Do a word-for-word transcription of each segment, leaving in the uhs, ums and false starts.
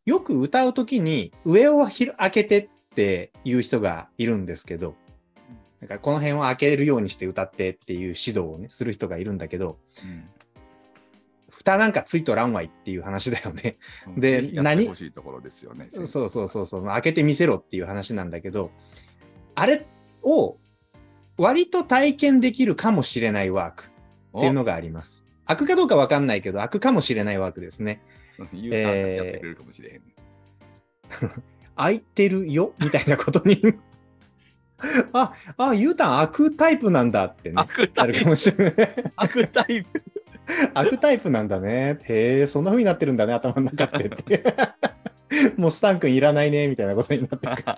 よく歌うときに上をひ開けてっていう人がいるんですけど、なんかこの辺を開けるようにして歌ってっていう指導をね、する人がいるんだけど、うん、蓋なんかついとらんわいっていう話だよね。 うん、で、やってほしいところですよね。 そうそうそうそう、開けてみせろっていう話なんだけど、あれを割と体験できるかもしれないワークっていうのがあります。開くかどうか分かんないけど、開くかもしれないワークですね。 ユーターンやってくれるかもしれへん、ね。 えー、開いてるよみたいなことにあ、あ、ユーターン開くタイプなんだってね。 開くタイプ。 あるかもしれない。 開くタイプ。 開くタイプなんだね。へえ、そんな風になってるんだね、頭の中ってって。もうスタン君いらないね、みたいなことになってくる。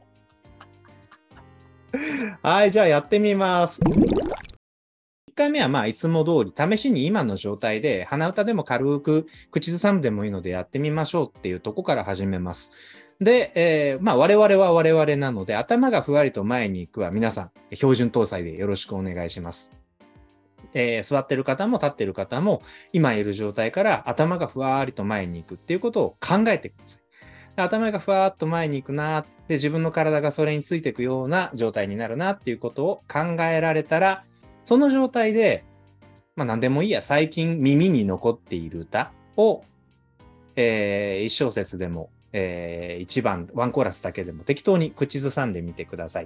はい、じゃあやってみます。いっかいめはまあいつも通り試しに今の状態で鼻歌でも軽く口ずさむでもいいのでやってみましょうっていうとこから始めます。で、えー、まあ我々は我々なので頭がふわりと前に行くは皆さん標準搭載でよろしくお願いします。えー、座ってる方も立ってる方も今いる状態から頭がふわりと前に行くっていうことを考えてください。頭がふわっと前に行くなで自分の体がそれについていくような状態になるなっていうことを考えられたらその状態でまあ何でもいいや最近耳に残っている歌を、えー、一小節でも、えー、一番ワンコーラスだけでも適当に口ずさんでみてください。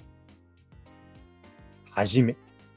はじめ。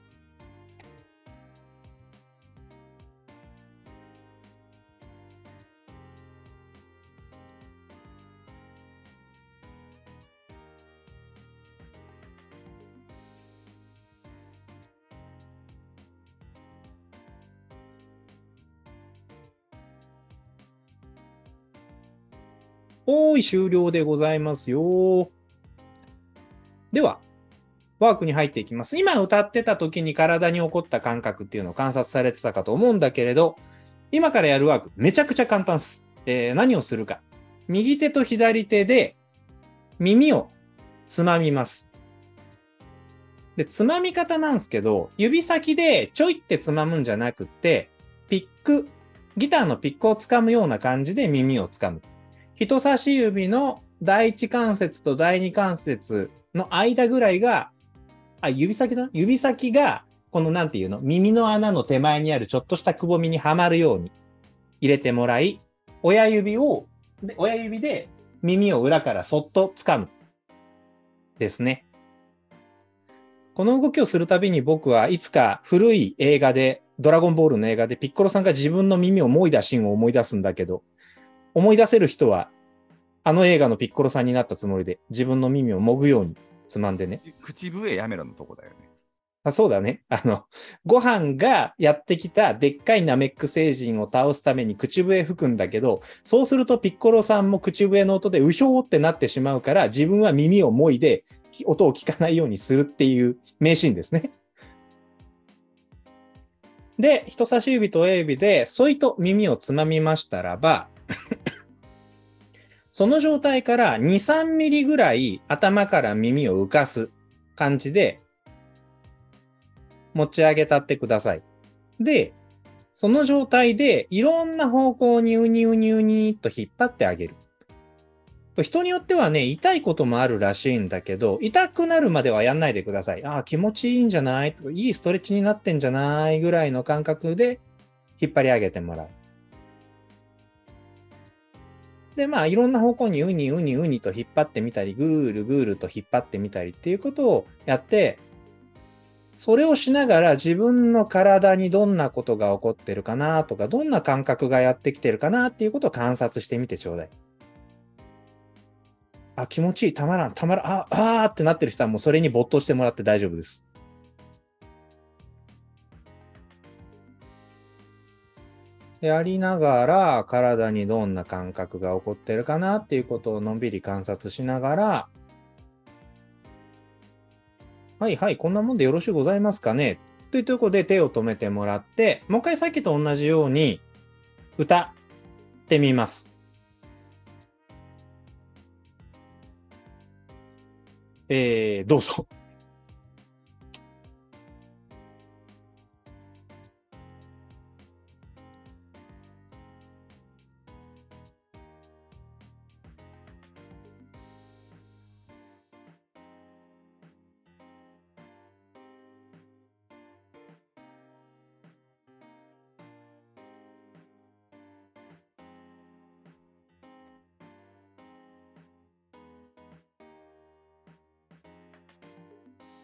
おーい、終了でございますよ。では、ワークに入っていきます。今歌ってた時に体に起こった感覚っていうのを観察されてたかと思うんだけれど、今からやるワーク、めちゃくちゃ簡単です。えー、何をするか。右手と左手で耳をつまみます。で、つまみ方なんですけど、指先でちょいってつまむんじゃなくって、ピック、ギターのピックをつかむような感じで耳をつかむ。人差し指の第一関節と第二関節の間ぐらいが、あ、指先だ指先が、このなんていうの耳の穴の手前にあるちょっとしたくぼみにはまるように入れてもらい、親指を、親指で耳を裏からそっと掴む。ですね。この動きをするたびに僕はいつか古い映画で、ドラゴンボールの映画でピッコロさんが自分の耳をもいだシーンを思い出すんだけど、思い出せる人は、あの映画のピッコロさんになったつもりで、自分の耳をもぐようにつまんでね。 口笛やめろのとこだよね。 あ、そうだね。あの、ご飯がやってきたでっかいナメック星人を倒すために口笛吹くんだけど、そうするとピッコロさんも口笛の音でうひょーってなってしまうから、自分は耳をもいで音を聞かないようにするっていう名シーンですね。で、人差し指と親指で、そいと耳をつまみましたらば、その状態からに、さんミリぐらい頭から耳を浮かす感じで持ち上げたってください。で、その状態でいろんな方向にウニウニウニと引っ張ってあげる。人によってはね、痛いこともあるらしいんだけど、痛くなるまではやんないでください。ああ、気持ちいいんじゃない？いいストレッチになってんじゃないぐらいの感覚で引っ張り上げてもらう。で、まあ、いろんな方向にウニウニウニと引っ張ってみたり、ぐーるぐーると引っ張ってみたりっていうことをやって、それをしながら自分の体にどんなことが起こってるかなとか、どんな感覚がやってきてるかなっていうことを観察してみてちょうだい。あ、気持ちいい、たまらん、たまらん、あ、あーってなってる人はもうそれに没頭してもらって大丈夫です。やりながら体にどんな感覚が起こってるかなっていうことをのんびり観察しながら、はいはい、こんなもんでよろしゅうございますかねというところで手を止めてもらって、もう一回さっきと同じように歌ってみます。えー、どうぞ。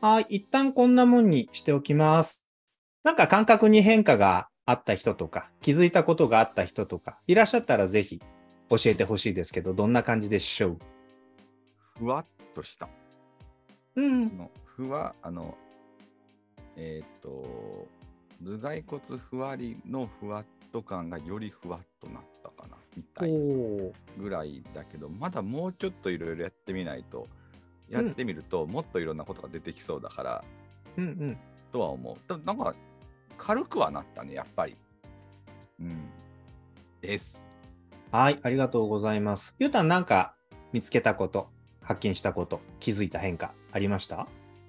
はい、一旦こんなもんにしておきます。なんか感覚に変化があった人とか、気づいたことがあった人とか、いらっしゃったらぜひ教えてほしいですけど、どんな感じでしょう？ ふわっとした。 うん。 のふわ、あの、えっ、と、頭蓋骨ふわりのふわっと感がよりふわっとなったかな、みたいなぐらいだけど、まだもうちょっといろいろやってみないと、やってみると、もっといろんなことが出てきそうだから、 うんうん。 とは思う。ただなんか、軽くはなったね、やっぱり。うん。です。 はい、ありがとうございます。ゆうたん、なんか見つけたこと、発見したこと、気づいた変化ありました？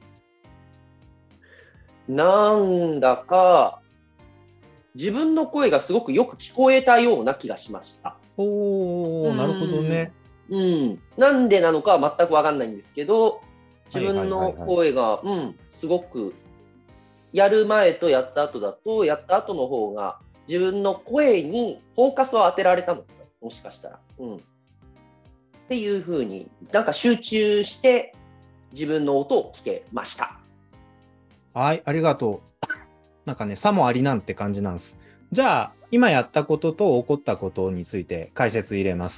なんだか、自分の声がすごくよく聞こえたような気がしました。 おー、なるほどね。 うん。なんでなのかは全くわかんないんですけど、自分の声が、うん、すごく、やる前とやった後だと、やった後の方が、自分の声にフォーカスを当てられたのかな、もしかしたら。うん。っていう風に、なんか集中して、自分の音を聞けました。 はい、ありがとう。なんかね、さもありなんて感じなんです。じゃあ、今やったことと起こったことについて解説入れます。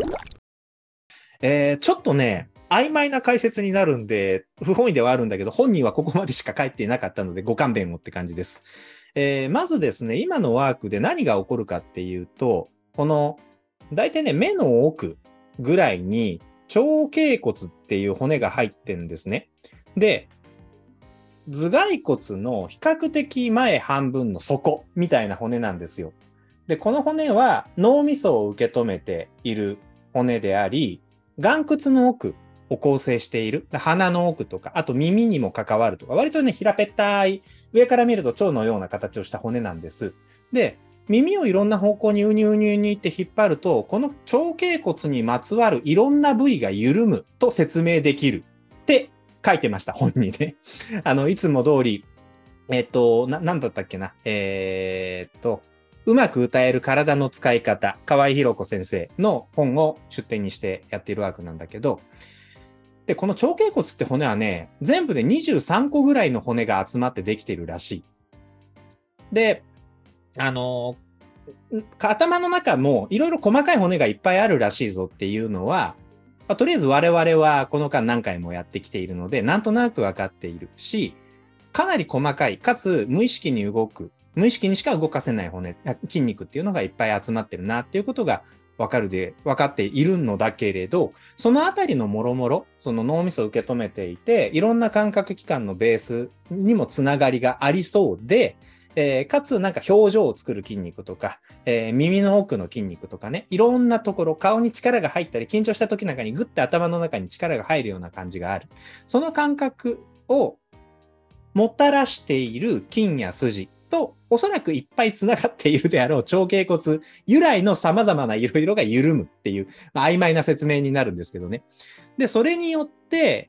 えー、ちょっとね、曖昧な解説になるんで、不本意ではあるんだけど、本人はここまでしか書いていなかったので、ご勘弁をって感じです。えー、まずですね、今のワークで何が起こるかっていうと、この、大体ね、目の奥ぐらいに、腸脛骨っていう骨が入ってんですね。で、頭蓋骨の比較的前半分の底みたいな骨なんですよ。で、この骨は脳みそを受け止めている骨であり、眼屈の奥を構成している。鼻の奥とか、あと耳にも関わるとか、割とね、平べったい、上から見ると腸のような形をした骨なんです。で、耳をいろんな方向にうにうにうにって引っ張ると、この腸脛骨にまつわるいろんな部位が緩むと説明できるって書いてました、本にね。あの、いつも通り、えっと、な、なんだったっけな。えー、っと、うまく歌える体の使い方、河合弘子先生の本を出典にしてやっているワークなんだけど、で、この腸脛骨って骨はね、全部でにじゅうさんこぐらいの骨が集まってできているらしい。で、あの、頭の中もいろいろ細かい骨がいっぱいあるらしいぞっていうのは、まあ、とりあえず我々はこの間何回もやってきているので、なんとなく分かっているし、かなり細かい、かつ無意識に動く、無意識にしか動かせない骨、筋肉っていうのがいっぱい集まってるなっていうことが分かるで、分かっているのだけれど、そのあたりのもろもろ、その脳みそを受け止めていて、いろんな感覚器官のベースにもつながりがありそうで、えー、かつなんか表情を作る筋肉とか、えー、耳の奥の筋肉とかね、いろんなところ、顔に力が入ったり、緊張した時なんかにグッて頭の中に力が入るような感じがある。その感覚をもたらしている筋や筋と、おそらくいっぱいつながっているであろう腸脛骨由来の様々ないろいろが緩むっていう、まあ、曖昧な説明になるんですけどね。で、それによって、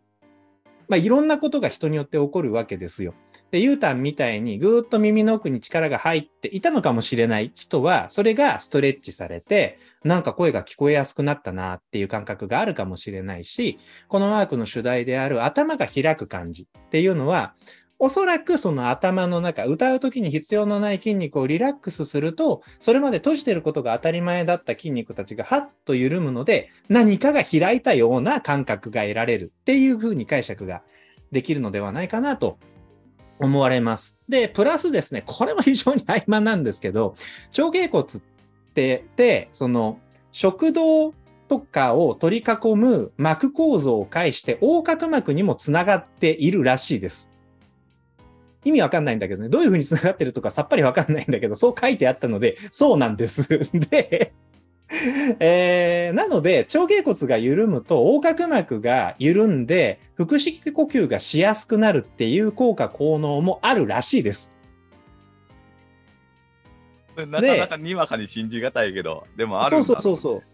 まあ、いろんなことが人によって起こるわけですよ。で、ゆうたんみたいにぐーっと耳の奥に力が入っていたのかもしれない人は、それがストレッチされて、なんか声が聞こえやすくなったなっていう感覚があるかもしれないし、このワークの主題である頭が開く感じっていうのは、おそらくその頭の中、歌うときに必要のない筋肉をリラックスすると、それまで閉じていることが当たり前だった筋肉たちがハッと緩むので、何かが開いたような感覚が得られるっていうふうに解釈ができるのではないかなと思われます。で、プラスですね、これも非常に曖昧なんですけど、腸脛骨って、で、その食道とかを取り囲む膜構造を介して横隔膜にもつながっているらしいです。意味わかんないんだけどね、どういう風につながってるとかさっぱりわかんないんだけど、そう書いてあったので、そうなんです。で、えー、なので、腸脛骨が緩むと、横隔膜が緩んで、腹式呼吸がしやすくなるっていう効果効能もあるらしいです。 なかなかにわかに信じがたいけど、でもあるんだ、ね、 そうそうそうそう。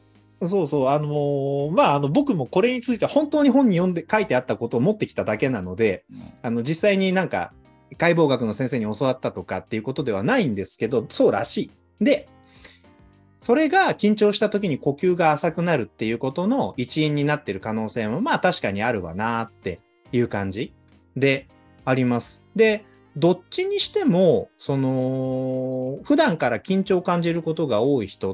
そうそう、あのー、まあ、あの、僕もこれについては本当に本に読んで書いてあったことを持ってきただけなので、うん、あの、実際になんか、解剖学の先生に教わったとかっていうことではないんですけど、そうらしい。で、それが緊張した時に呼吸が浅くなるっていうことの一因になっている可能性もまあ確かにあるわなっていう感じ。 であります。で、どっちにしても、その、普段から緊張を感じることが多い人って、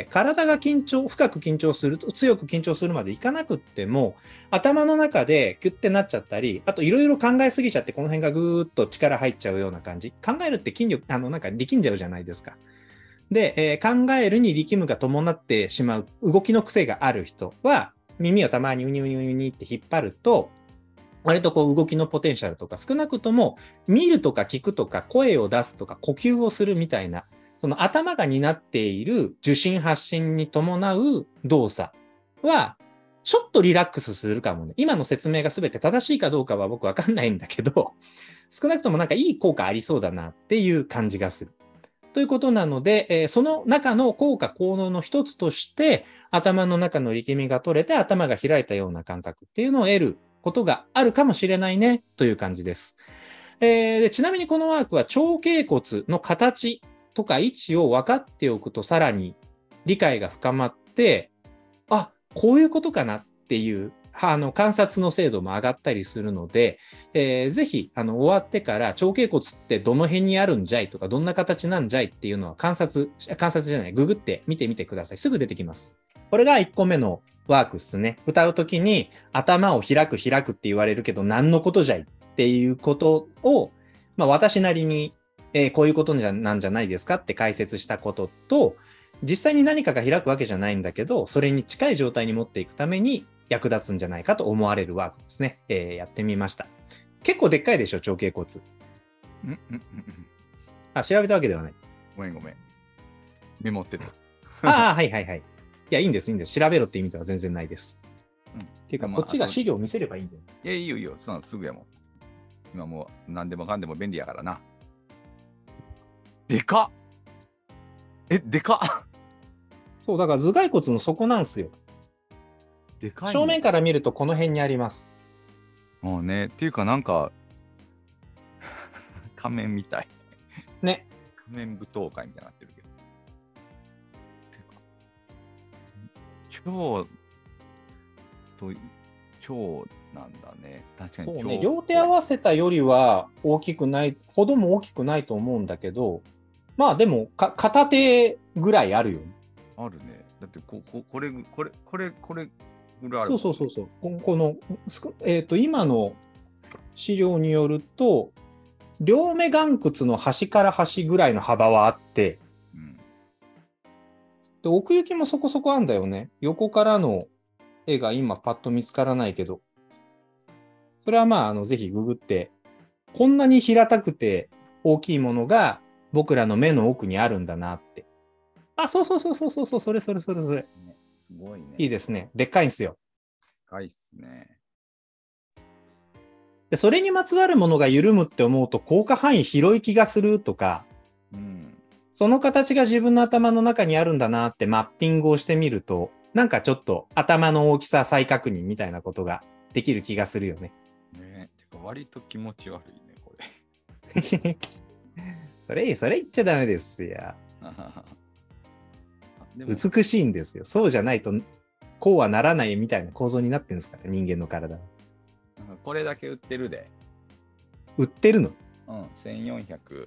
体が緊張、深く緊張すると、強く緊張するまでいかなくっても、頭の中でキュッてなっちゃったり、あといろいろ考えすぎちゃって、この辺がぐーっと力入っちゃうような感じ。考えるって筋力、あの、なんか力んじゃうじゃないですか。で、えー、考えるに力むが伴ってしまう動きの癖がある人は、耳をたまにウニウニウニウニって引っ張ると、割とこう動きのポテンシャルとか、少なくとも見るとか聞くとか声を出すとか呼吸をするみたいな、その頭が担っている受信発信に伴う動作は、ちょっとリラックスするかもね。今の説明が全て正しいかどうかは僕わかんないんだけど、少なくともなんかいい効果ありそうだなっていう感じがする。ということなので、えー、その中の効果効能の一つとして、頭の中の力みが取れて頭が開いたような感覚っていうのを得ることがあるかもしれないねという感じです。えー、でちなみにこのワークは腸脛骨の形とか位置を分かっておくとさらに理解が深まって、あ、こういうことかなっていうあの観察の精度も上がったりするので、えー、ぜひあの終わってから腸脛骨ってどの辺にあるんじゃいとかどんな形なんじゃいっていうのは観察、観察じゃない、ググって見てみてください。すぐ出てきます。これがいっこめのワークっすね。歌うときに頭を開く開くって言われるけど何のことじゃいっていうことを、まあ私なりに、えー、こういうことなんじゃないですかって解説したことと、実際に何かが開くわけじゃないんだけど、それに近い状態に持っていくために役立つんじゃないかと思われるワークですね。えー、やってみました。結構でっかいでしょ、腸脛骨。 んんんんあ、調べたわけではない。 ごめんごめん。メモってた。 ああ、はいはいはい。いや、いいんです、いいんです。調べろって意味では全然ないです。うん、っていうか、こっちが資料を見せればいいんだよ。 いや、いいよいいよ。そんなのすぐやもん。今もう何でもかんでも便利やからな。でかっえ、でかっそう、だから頭蓋骨の底なんすよ。 でかい、ね、 正面から見るとこの辺にあります。 もうね、っていうかなんか、仮面みたい。 ね。 仮面舞踏会みたいになってるけど。超と超なんだね。確かに超。 そうね、両手合わせたよりは大きくない、ほども大きくないと思うんだけど、まあでもか片手ぐらいあるよね。 あるね。だってこここれこれこれこれぐらいある、 ね。そうそうそうそう。こ, このえっ、ー、と今の資料によると両目眼窟の端から端ぐらいの幅はあって、うん、で奥行きもそこそこあんだよね。横からの絵が今パッと見つからないけど、それはまあ、あのぜひググって、こんなに平たくて大きいものが僕らの目の奥にあるんだなって。あ、そうそうそうそうそうそう、それそれそれそれ。 ね、すごいね。 いいですね。でっかいんすよ。 でかいっすね。 で、それにまつわるものが緩むって思うと効果範囲広い気がするとか、うん、その形が自分の頭の中にあるんだなってマッピングをしてみると、なんかちょっと頭の大きさ再確認みたいなことができる気がするよね。 ね、てか割と気持ち悪いね、これ。それ、それ言っちゃダメですよ。美しいんですよ。そうじゃないと、こうはならないみたいな構造になってるんですから、人間の体は。 これだけ売ってるで。 売ってるの？ うん、せんよんひゃく、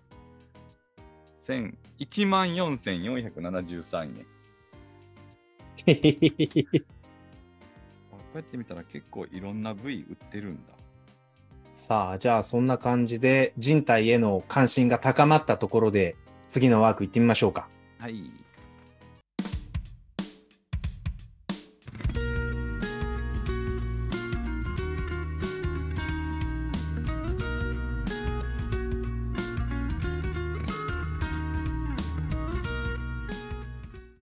いちまんよんせんよんひゃくななじゅうさんえん。こうやって見たら結構いろんな部位売ってるんだ。 さあ、じゃあそんな感じで人体への関心が高まったところで次のワーク行ってみましょうか。 はい。